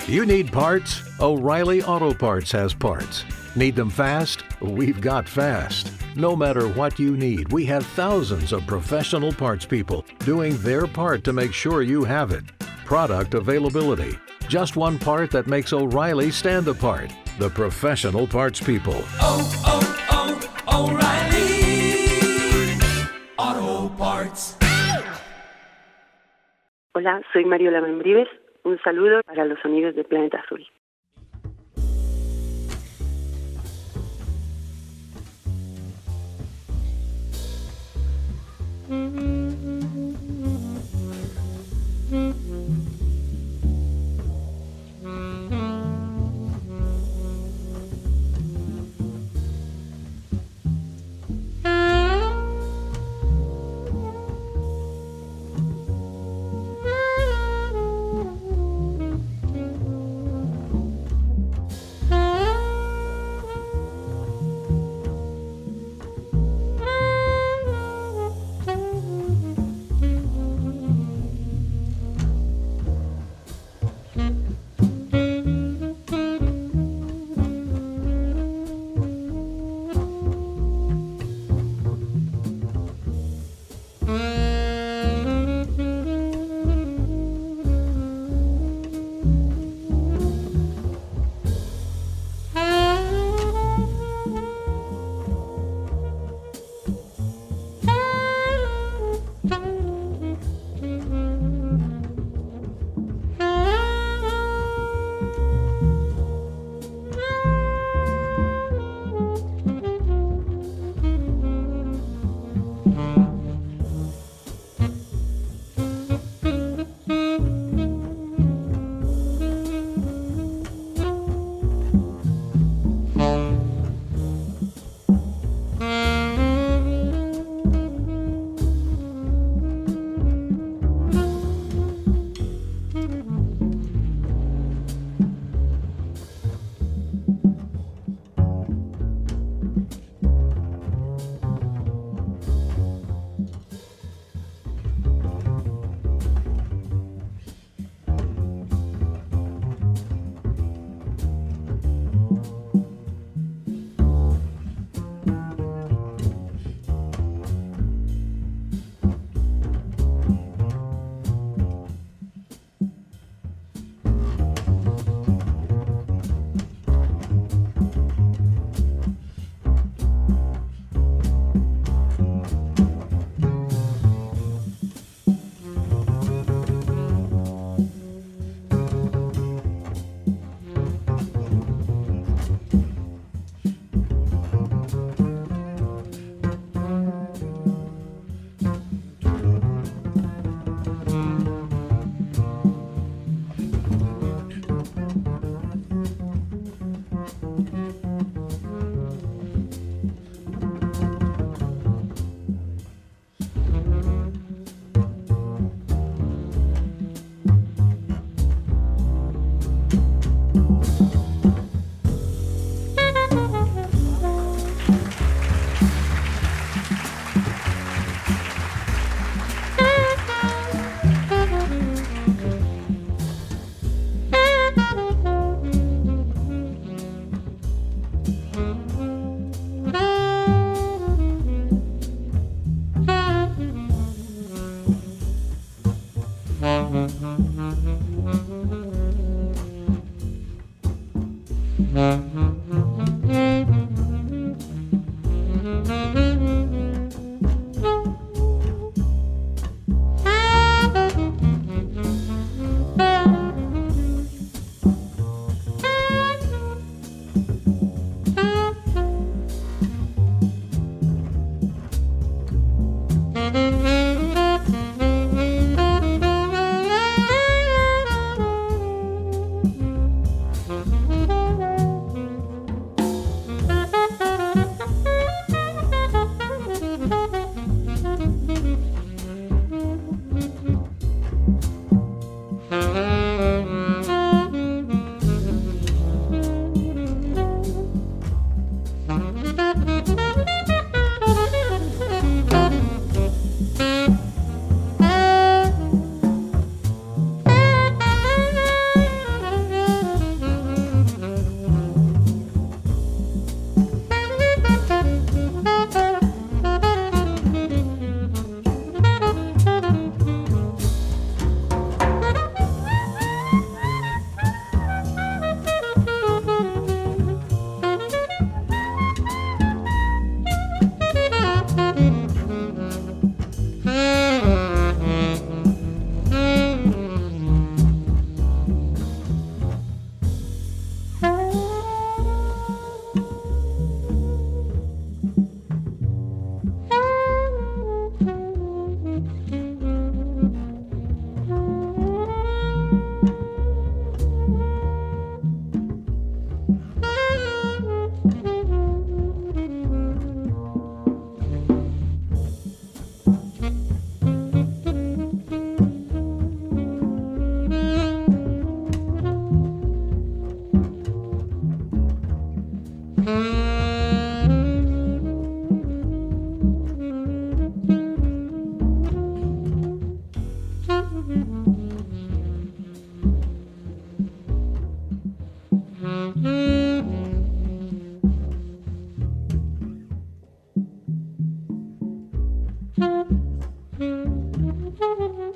You need parts? O'Reilly Auto Parts has parts. Need them fast? We've got fast. No matter what you need, we have thousands of professional parts people doing their part to make sure you have it. Product availability. Just one part that makes O'Reilly stand apart. The professional parts people. O'Reilly Auto Parts. Hola, soy Mariola Membrives. Un saludo para los sonidos de Planeta Azul.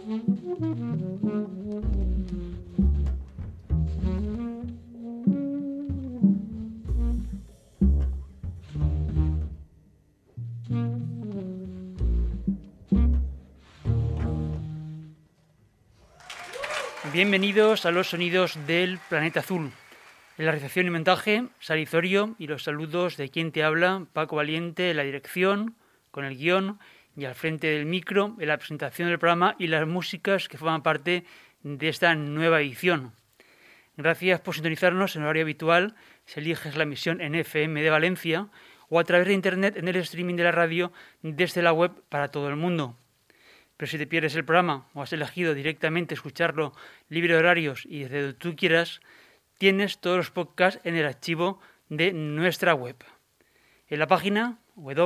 Bienvenidos a los sonidos del Planeta Azul. En la realización y montaje, Sari Zorio, y los saludos de quien te habla, Paco Valiente, en la dirección, con el guión y al frente del micro, en la presentación del programa y las músicas que forman parte de esta nueva edición. Gracias por sintonizarnos en el horario habitual, si eliges la emisión en FM de Valencia o a través de internet en el streaming de la radio desde la web para todo el mundo. Pero si te pierdes el programa o has elegido directamente escucharlo libre de horarios y desde donde tú quieras, tienes todos los podcasts en el archivo de nuestra web. En la página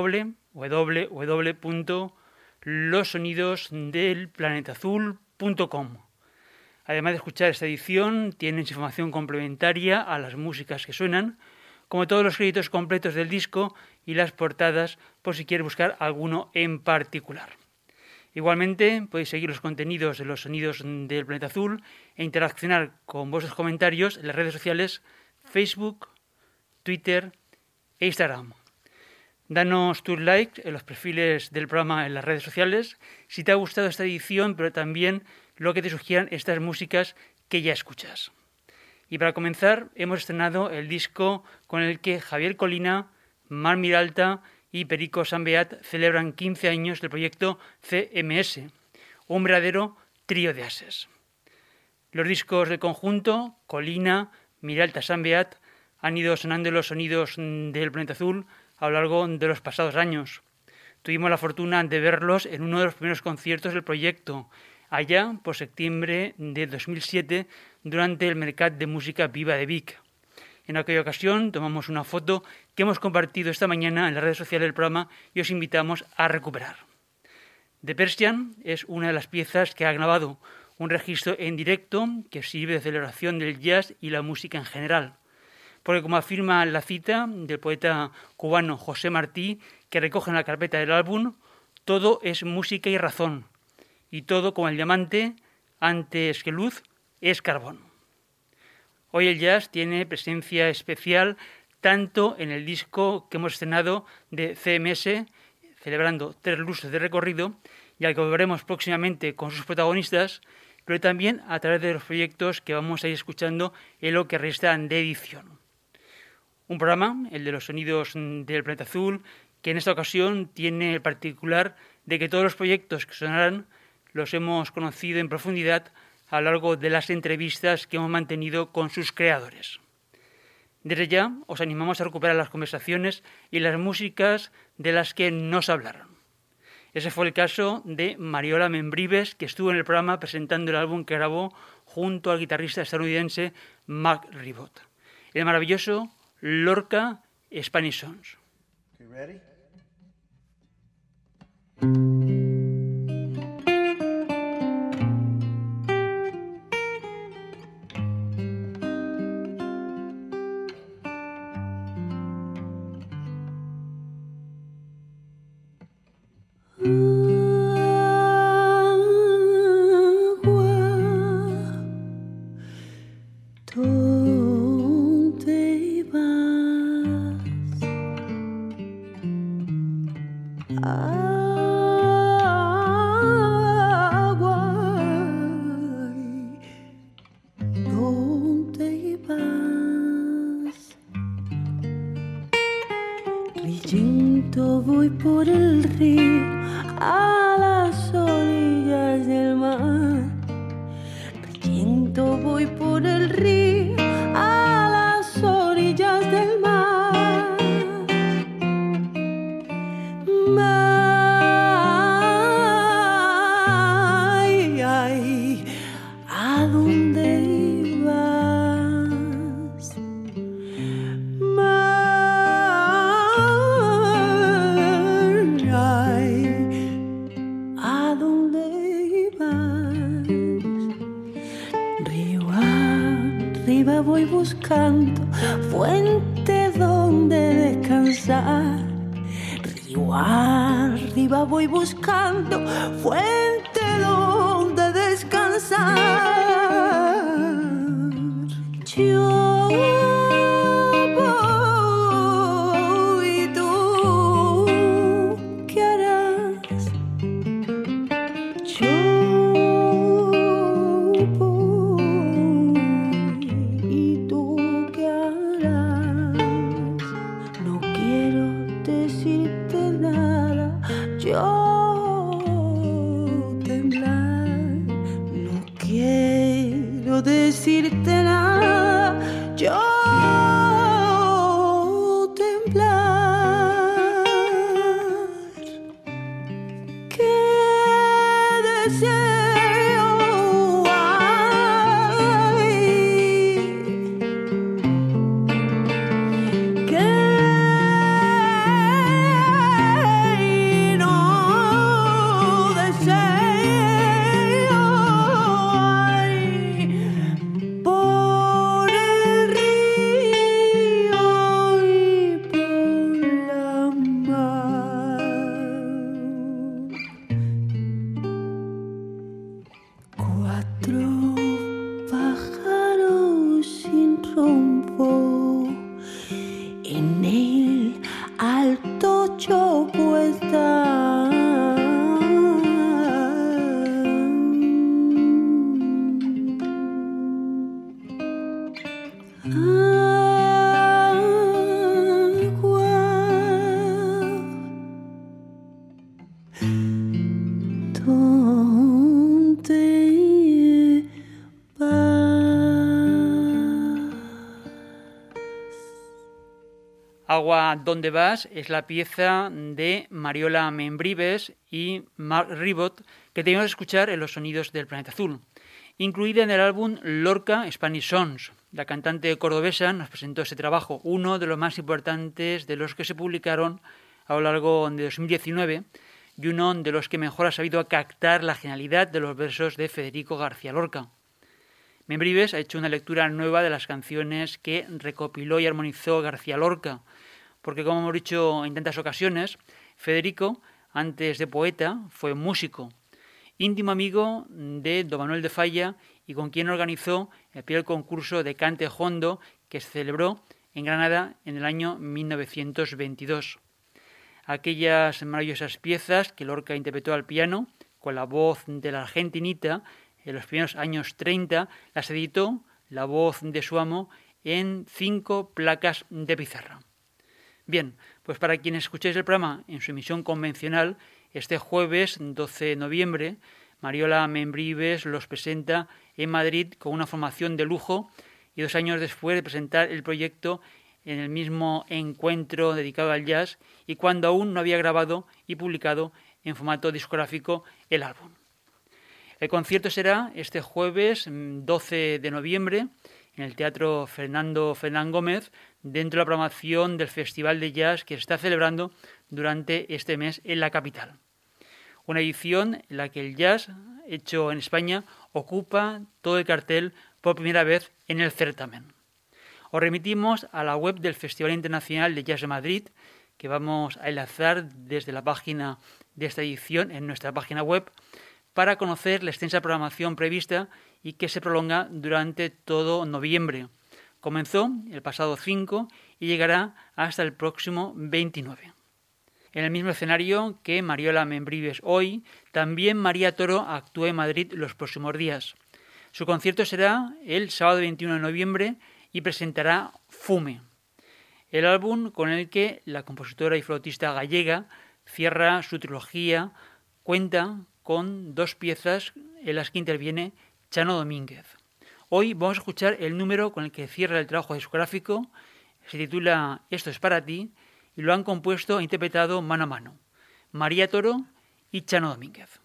www.losonidosdelplanetazul.com. Además de escuchar esta edición, tienes información complementaria a las músicas que suenan, como todos los créditos completos del disco y las portadas, por si quieres buscar alguno en particular. Igualmente, podéis seguir los contenidos de los sonidos del Planeta Azul e interaccionar con vuestros comentarios en las redes sociales Facebook, Twitter e Instagram. Danos tus likes en los perfiles del programa en las redes sociales si te ha gustado esta edición, pero también lo que te sugieran estas músicas que ya escuchas. Y para comenzar, hemos estrenado el disco con el que Javier Colina, Mar Miralta y Perico Sambeat celebran 15 años del proyecto CMS, un verdadero trío de ases. Los discos del conjunto, Colina, Miralta, Sambeat, han ido sonando los sonidos del Planeta Azul a lo largo de los pasados años. Tuvimos la fortuna de verlos en uno de los primeros conciertos del proyecto, allá por septiembre de 2007, durante el Mercat de Música Viva de Vic. En aquella ocasión tomamos una foto que hemos compartido esta mañana en las redes sociales del programa y os invitamos a recuperar. The Persian es una de las piezas que ha grabado, un registro en directo que sirve de celebración del jazz y la música en general. Porque como afirma la cita del poeta cubano José Martí, que recoge en la carpeta del álbum, todo es música y razón, y todo como el diamante, antes que luz, es carbón. Hoy el jazz tiene presencia especial tanto en el disco que hemos estrenado de CMS, celebrando 3 lustros de recorrido, y al que volveremos próximamente con sus protagonistas, pero también a través de los proyectos que vamos a ir escuchando en lo que resta de edición. Un programa, el de los sonidos del Planeta Azul, que en esta ocasión tiene el particular de que todos los proyectos que sonarán los hemos conocido en profundidad a lo largo de las entrevistas que hemos mantenido con sus creadores. Desde ya os animamos a recuperar las conversaciones y las músicas de las que nos hablaron. Ese fue el caso de Mariola Membrives, que estuvo en el programa presentando el álbum que grabó junto al guitarrista estadounidense Mark Ribot. El maravilloso Lorca Spanish Songs. You ready? Rillento voy por el río a las orillas del mar. Rillento voy por el río a las orillas del mar. Ay, ay, ¿a dónde vas? ¿A dónde vas? Río arriba voy buscando fuente donde descansar. Río arriba voy buscando fuente donde Yo voy, ¿tú qué harás? Yo voy, ¿y tú qué harás? No quiero decirte nada, yo temblar. No quiero decirte nada, yo temblar. ¿Qué deseo hay? ¿Qué no deseo hay? Por el río y por la mar. 4 pájaros sin rumbo en el alto chopo están. Agua donde vas. Agua, ¿dónde vas? Es la pieza de Mariola Membrives y Mark Ribot que teníamos que escuchar en los sonidos del Planeta Azul, incluida en el álbum Lorca Spanish Songs. La cantante cordobesa nos presentó este trabajo, uno de los más importantes de los que se publicaron a lo largo de 2019 y uno de los que mejor ha sabido captar la genialidad de los versos de Federico García Lorca. Membrives ha hecho una lectura nueva de las canciones que recopiló y armonizó García Lorca, porque como hemos dicho en tantas ocasiones, Federico, antes de poeta, fue músico, íntimo amigo de Don Manuel de Falla y con quien organizó el primer concurso de cante hondo que se celebró en Granada en el año 1922. Aquellas maravillosas piezas que Lorca interpretó al piano, con la voz de la argentinita, en los primeros años 30, las editó la voz de su amo en 5 placas de pizarra. Bien, pues para quienes escuchéis el programa en su emisión convencional, este jueves 12 de noviembre, Mariola Membrives los presenta en Madrid con una formación de lujo y 2 años después de presentar el proyecto en el mismo encuentro dedicado al jazz y cuando aún no había grabado y publicado en formato discográfico el álbum. El concierto será este jueves 12 de noviembre en el Teatro Fernando Fernán Gómez, dentro de la programación del Festival de Jazz que se está celebrando durante este mes en la capital. Una edición en la que el jazz, hecho en España, ocupa todo el cartel por primera vez en el certamen. Os remitimos a la web del Festival Internacional de Jazz de Madrid, que vamos a enlazar desde la página de esta edición en nuestra página web, para conocer la extensa programación prevista y que se prolonga durante todo noviembre. Comenzó el pasado 5 y llegará hasta el próximo 29. En el mismo escenario que Mariola Membrives hoy, también María Toro actúa en Madrid los próximos días. Su concierto será el sábado 21 de noviembre y presentará Fume, el álbum con el que la compositora y flautista gallega cierra su trilogía. Cuenta con 2 piezas en las que interviene Chano Domínguez. Hoy vamos a escuchar el número con el que cierra el trabajo discográfico, se titula Esto es para ti, y lo han compuesto e interpretado mano a mano María Toro y Chano Domínguez.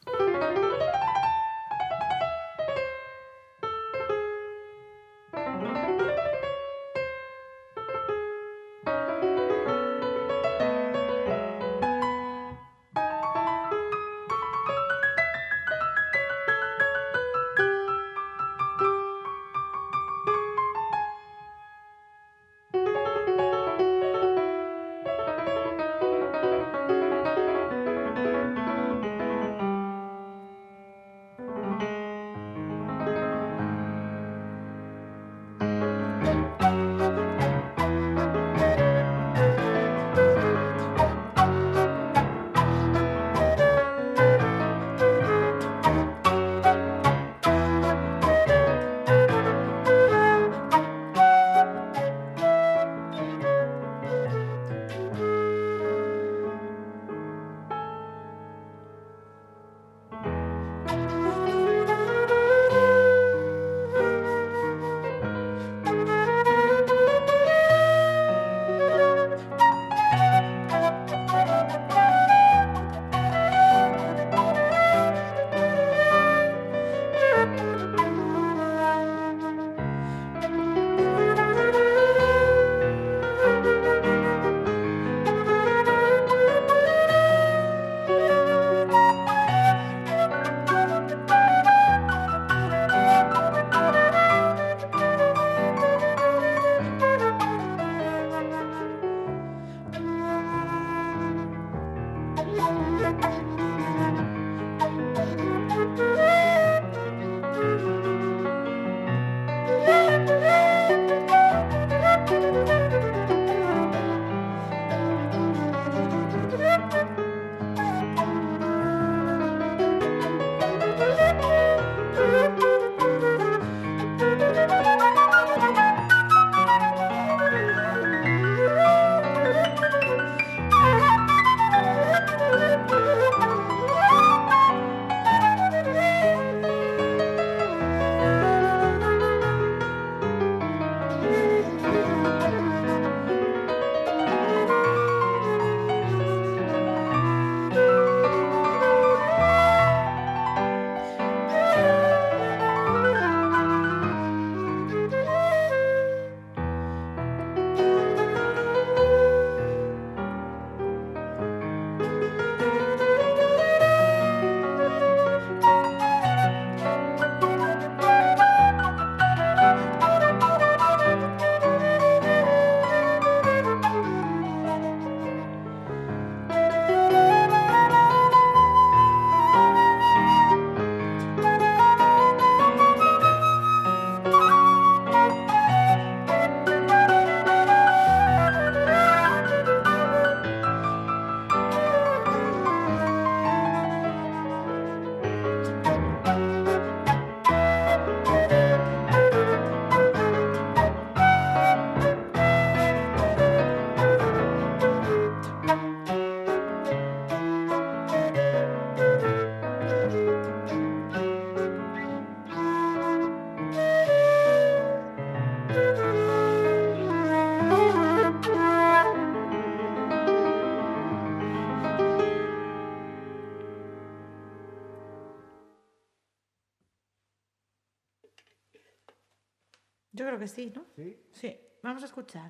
Yo creo que sí, ¿no? Sí. Vamos a escuchar.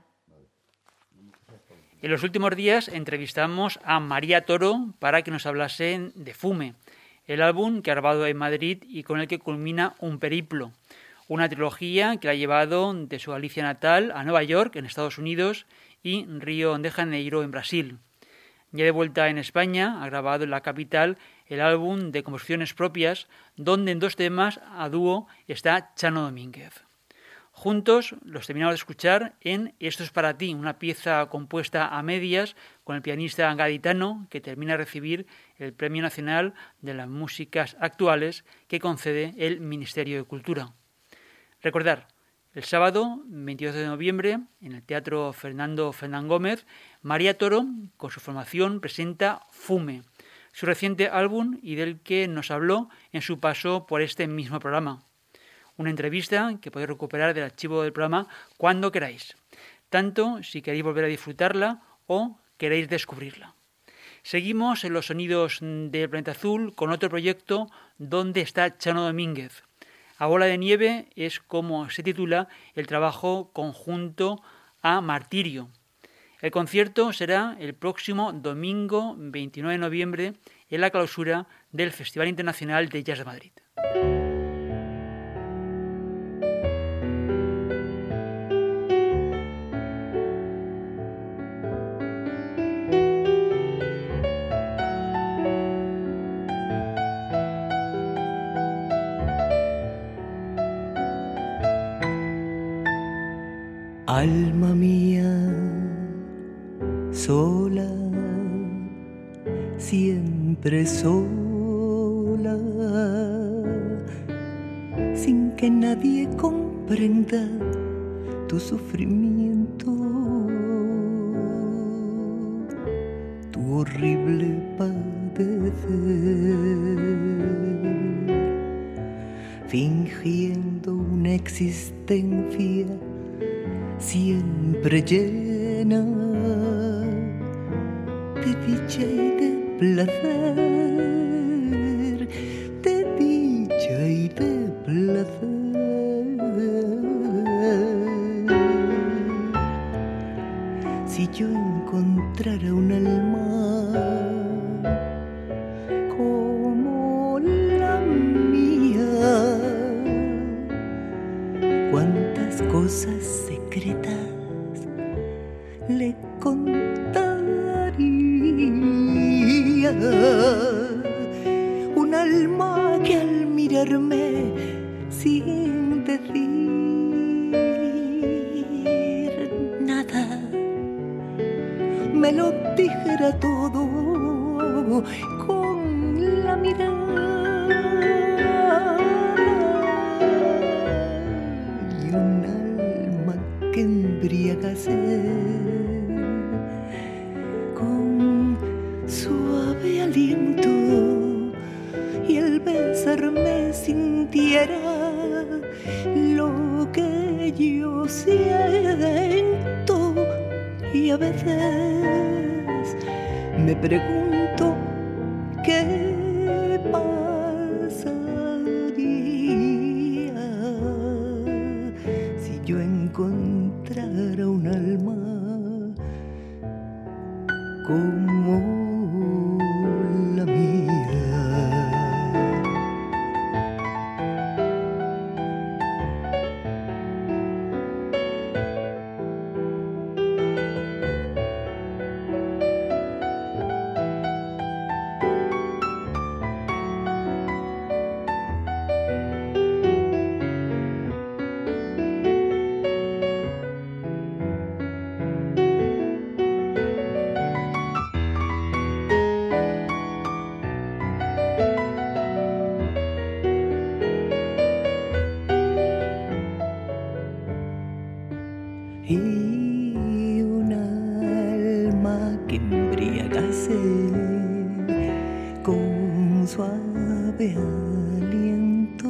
En los últimos días entrevistamos a María Toro para que nos hablase de Fume, el álbum que ha grabado en Madrid y con el que culmina un periplo, una trilogía que la ha llevado de su Galicia natal a Nueva York, en Estados Unidos, y Río de Janeiro, en Brasil. Ya de vuelta en España, ha grabado en la capital el álbum de composiciones propias, donde en 2 temas a dúo está Chano Domínguez. Juntos los terminamos de escuchar en Esto es para ti, una pieza compuesta a medias con el pianista gaditano que termina de recibir el Premio Nacional de las Músicas Actuales que concede el Ministerio de Cultura. Recordar, el sábado 22 de noviembre, en el Teatro Fernando Fernán Gómez, María Toro, con su formación, presenta Fume, su reciente álbum y del que nos habló en su paso por este mismo programa. Una entrevista que podéis recuperar del archivo del programa cuando queráis, tanto si queréis volver a disfrutarla o queréis descubrirla. Seguimos en los sonidos del Planeta Azul con otro proyecto donde está Chano Domínguez. A bola de nieve es como se titula el trabajo conjunto a Martirio. El concierto será el próximo domingo 29 de noviembre en la clausura del Festival Internacional de Jazz de Madrid. Alma mía, sola, siempre sola, sin que nadie comprenda tu sufrimiento, tu horrible padecer, fingiendo una existencia siempre llena de dicha y de placer, de dicha y de placer. Si yo encontrara un alma como la mía, cuántas cosas secretas le contaría. Un alma que al mirarme sin decir nada me lo dijera todo con la mirada. Y un alma que embriagase con suave aliento y al besarme sintiera lo que yo siento. Y a veces me pregunto qué pasaría si yo encontrara un alma como la mía. Y un alma que embriagase con suave aliento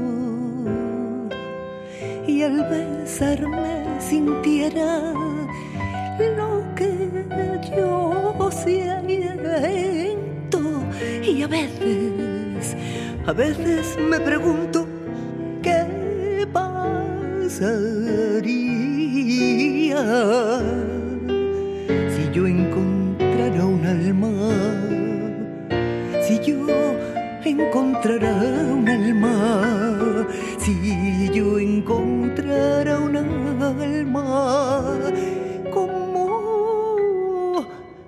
y al besarme sintiera lo que yo siento. Y a veces me pregunto qué pasaría pasaría si yo encontrara un alma? Si yo encontrara un alma, si yo encontrara un alma como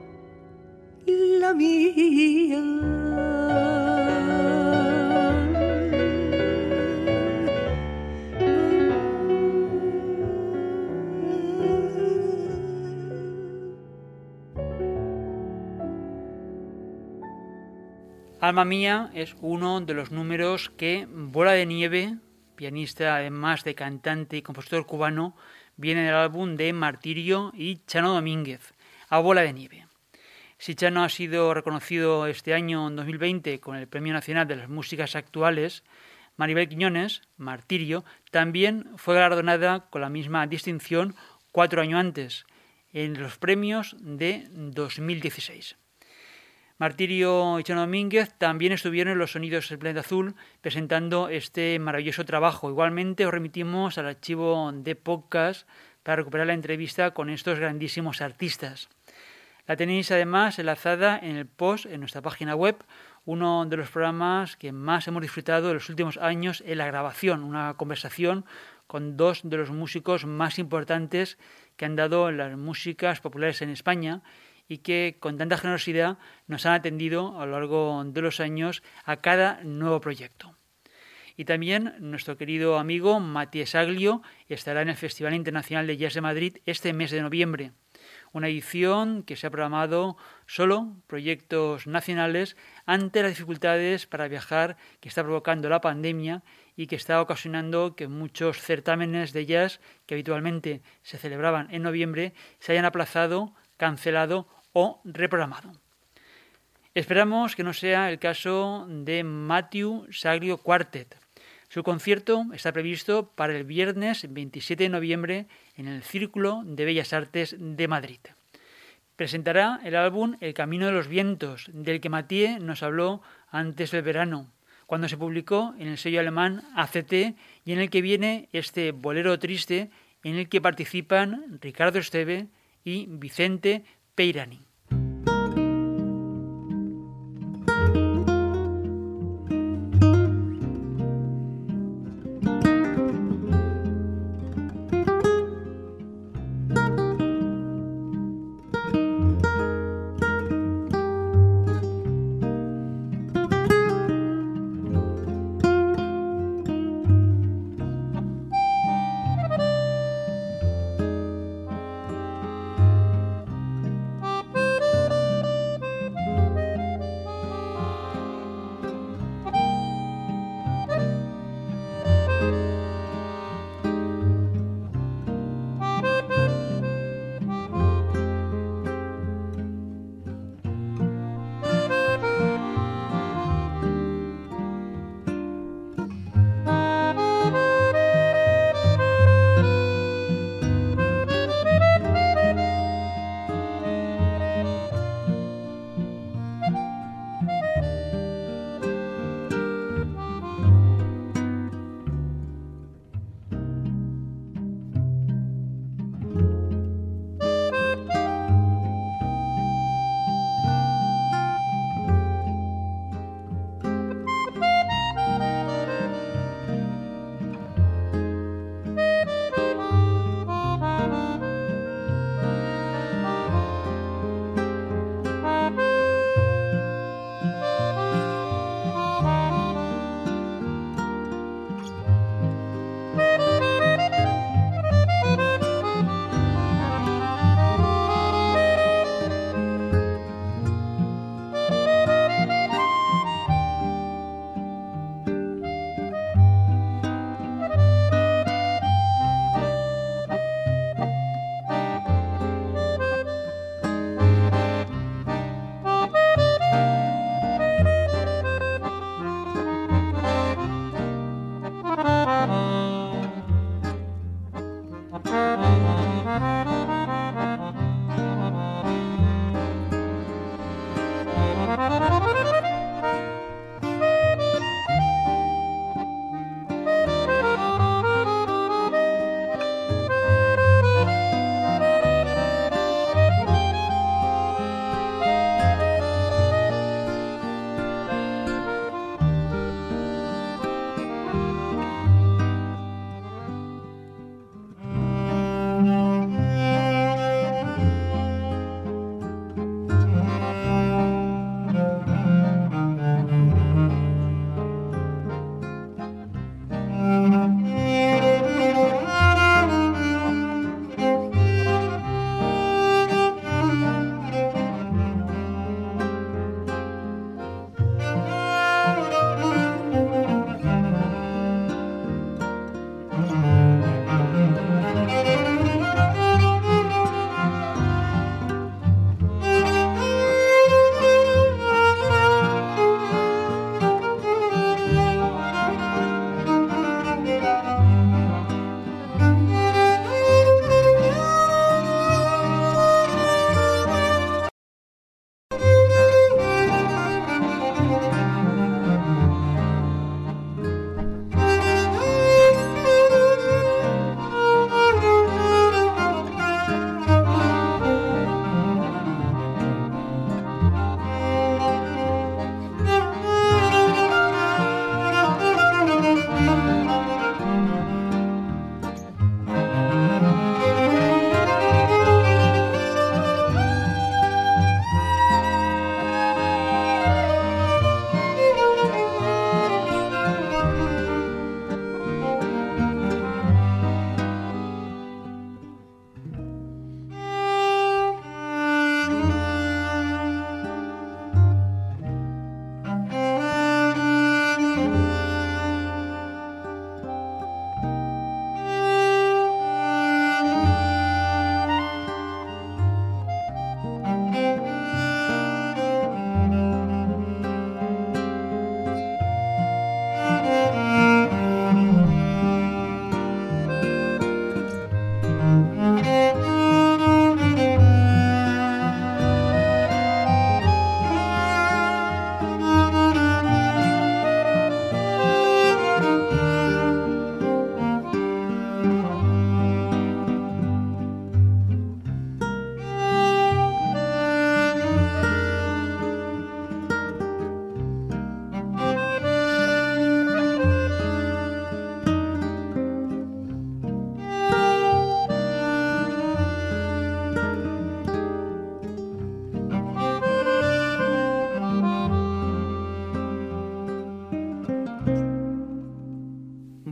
la mía. Alma Mía es uno de los números que Bola de Nieve, pianista además de cantante y compositor cubano, viene del álbum de Martirio y Chano Domínguez, A Bola de Nieve. Si Chano ha sido reconocido este año, en 2020, con el Premio Nacional de las Músicas Actuales, Maribel Quiñones, Martirio, también fue galardonada con la misma distinción 4 años antes, en los premios de 2016. Martirio y Chano Domínguez también estuvieron en Los Sonidos del Planeta Azul presentando este maravilloso trabajo. Igualmente os remitimos al archivo de podcast para recuperar la entrevista con estos grandísimos artistas. La tenéis además enlazada en el post en nuestra página web, uno de los programas que más hemos disfrutado en los últimos años en la grabación, una conversación con dos de los músicos más importantes que han dado en las músicas populares en España y que con tanta generosidad nos han atendido a lo largo de los años a cada nuevo proyecto. Y también nuestro querido amigo Matías Aglio estará en el Festival Internacional de Jazz de Madrid este mes de noviembre. Una edición que se ha programado solo proyectos nacionales ante las dificultades para viajar que está provocando la pandemia y que está ocasionando que muchos certámenes de jazz que habitualmente se celebraban en noviembre se hayan aplazado, cancelado o reprogramado. Esperamos que no sea el caso de Matthew Saglio Quartet. Su concierto está previsto para el viernes 27 de noviembre en el Círculo de Bellas Artes de Madrid. Presentará el álbum El Camino de los Vientos, del que Mathieu nos habló antes del verano, cuando se publicó en el sello alemán ACT y en el que viene este bolero triste en el que participan Ricardo Esteve y Vicente Peirani.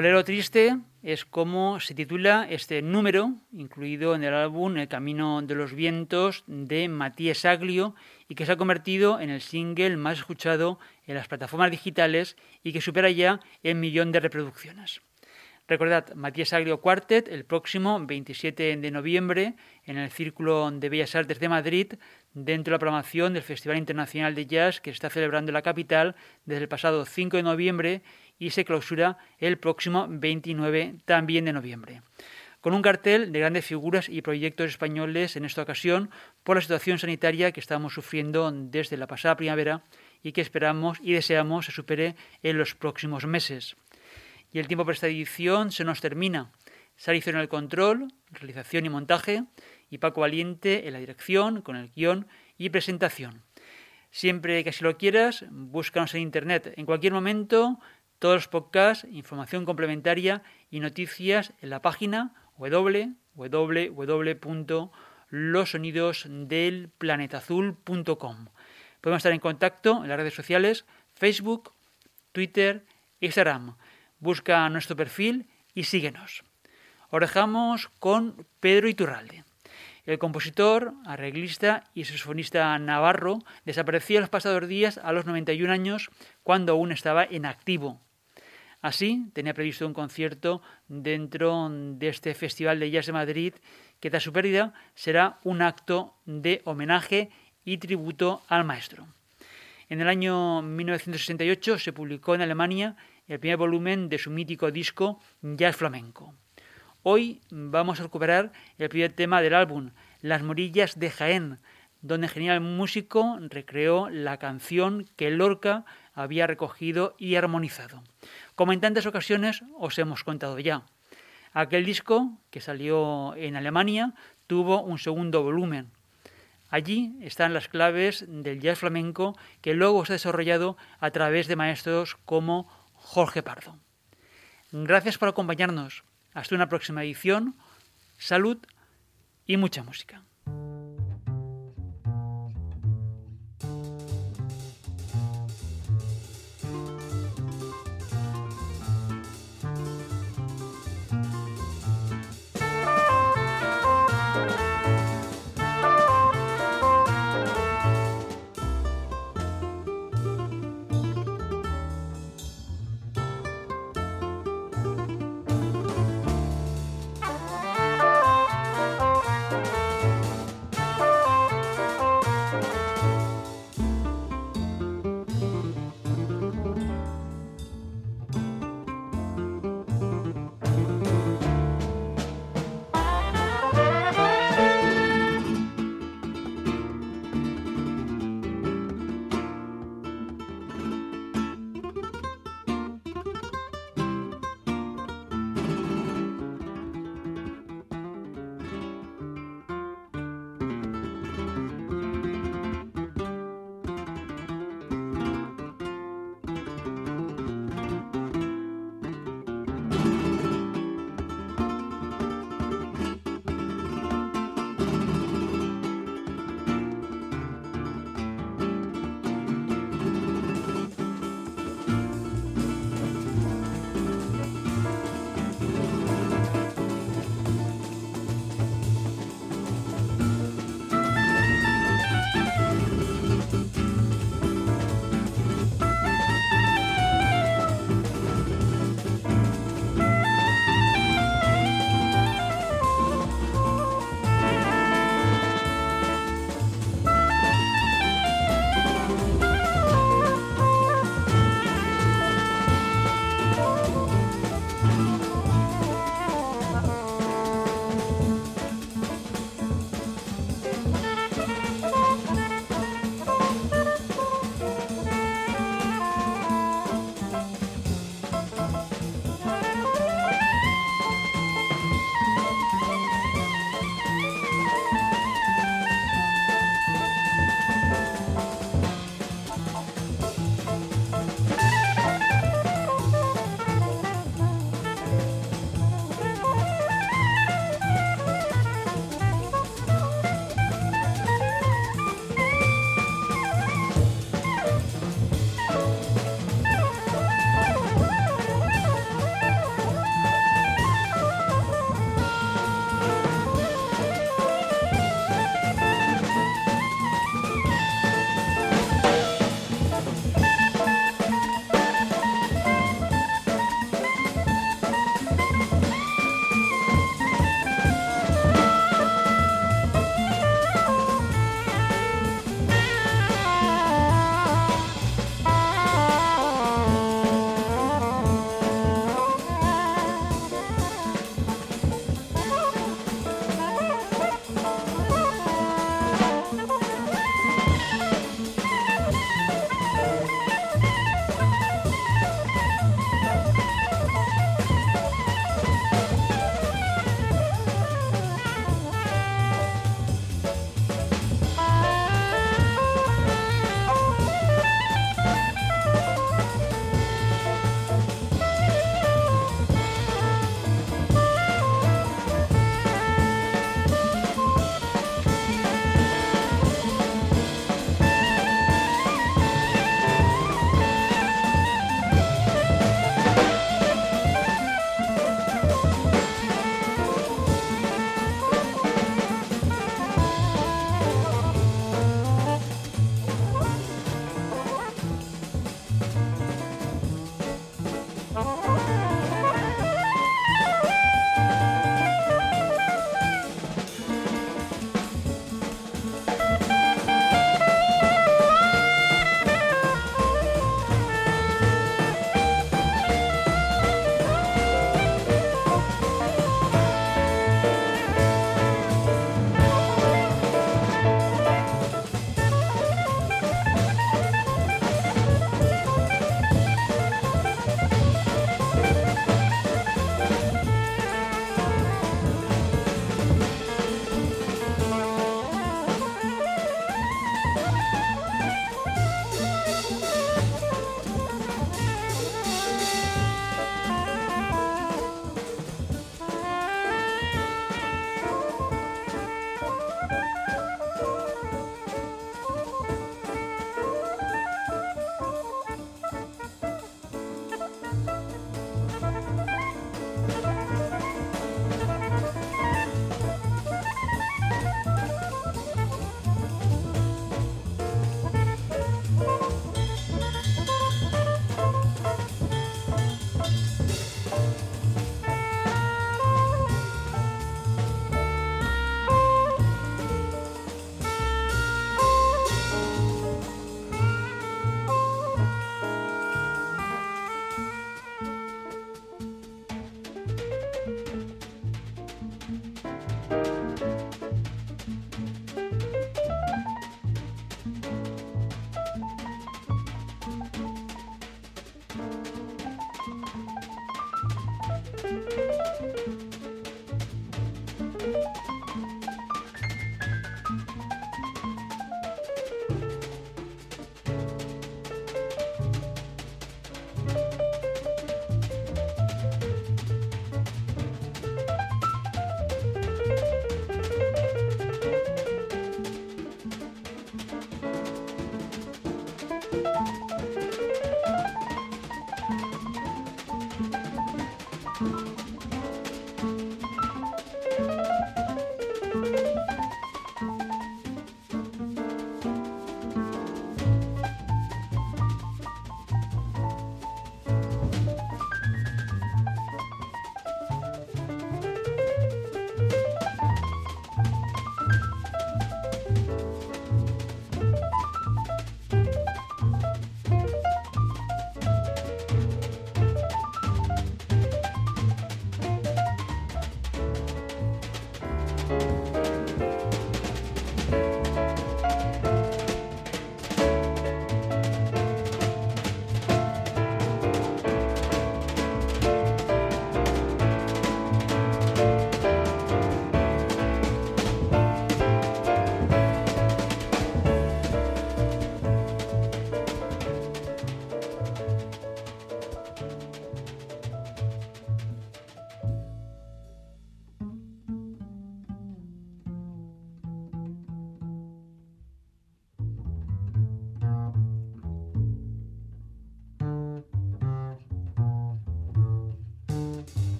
Bolero triste es como se titula este número, incluido en el álbum El camino de los vientos de Matías Aglio, y que se ha convertido en el single más escuchado en las plataformas digitales y que supera ya el 1.000.000 de reproducciones. Recordad, Matías Aglio Quartet el próximo 27 de noviembre en el Círculo de Bellas Artes de Madrid, dentro de la programación del Festival Internacional de Jazz que se está celebrando en la capital desde el pasado 5 de noviembre y se clausura el próximo 29 también de noviembre. Con un cartel de grandes figuras y proyectos españoles en esta ocasión por la situación sanitaria que estamos sufriendo desde la pasada primavera y que esperamos y deseamos se supere en los próximos meses. Y el tiempo para esta edición se nos termina. Sara en el control, realización y montaje, y Paco Valiente en la dirección, con el guión y presentación. Siempre que así lo quieras, búscanos en internet en cualquier momento, todos los podcasts, información complementaria y noticias en la página www.losonidosdelplanetazul.com. Podemos estar en contacto en las redes sociales, Facebook, Twitter, Instagram. Busca nuestro perfil y síguenos. Os dejamos con Pedro Iturralde. El compositor, arreglista y saxofonista navarro desapareció en los pasados días a los 91 años cuando aún estaba en activo. Así, tenía previsto un concierto dentro de este Festival de Jazz de Madrid que tras su pérdida será un acto de homenaje y tributo al maestro. En el año 1968 se publicó en Alemania el primer volumen de su mítico disco Jazz Flamenco. Hoy vamos a recuperar el primer tema del álbum, Las Morillas de Jaén, donde el genial músico recreó la canción que Lorca había recogido y armonizado. Como en tantas ocasiones os hemos contado ya, aquel disco que salió en Alemania tuvo un segundo volumen. Allí están las claves del jazz flamenco que luego se ha desarrollado a través de maestros como Jorge Pardo. Gracias por acompañarnos. Hasta una próxima edición. Salud y mucha música.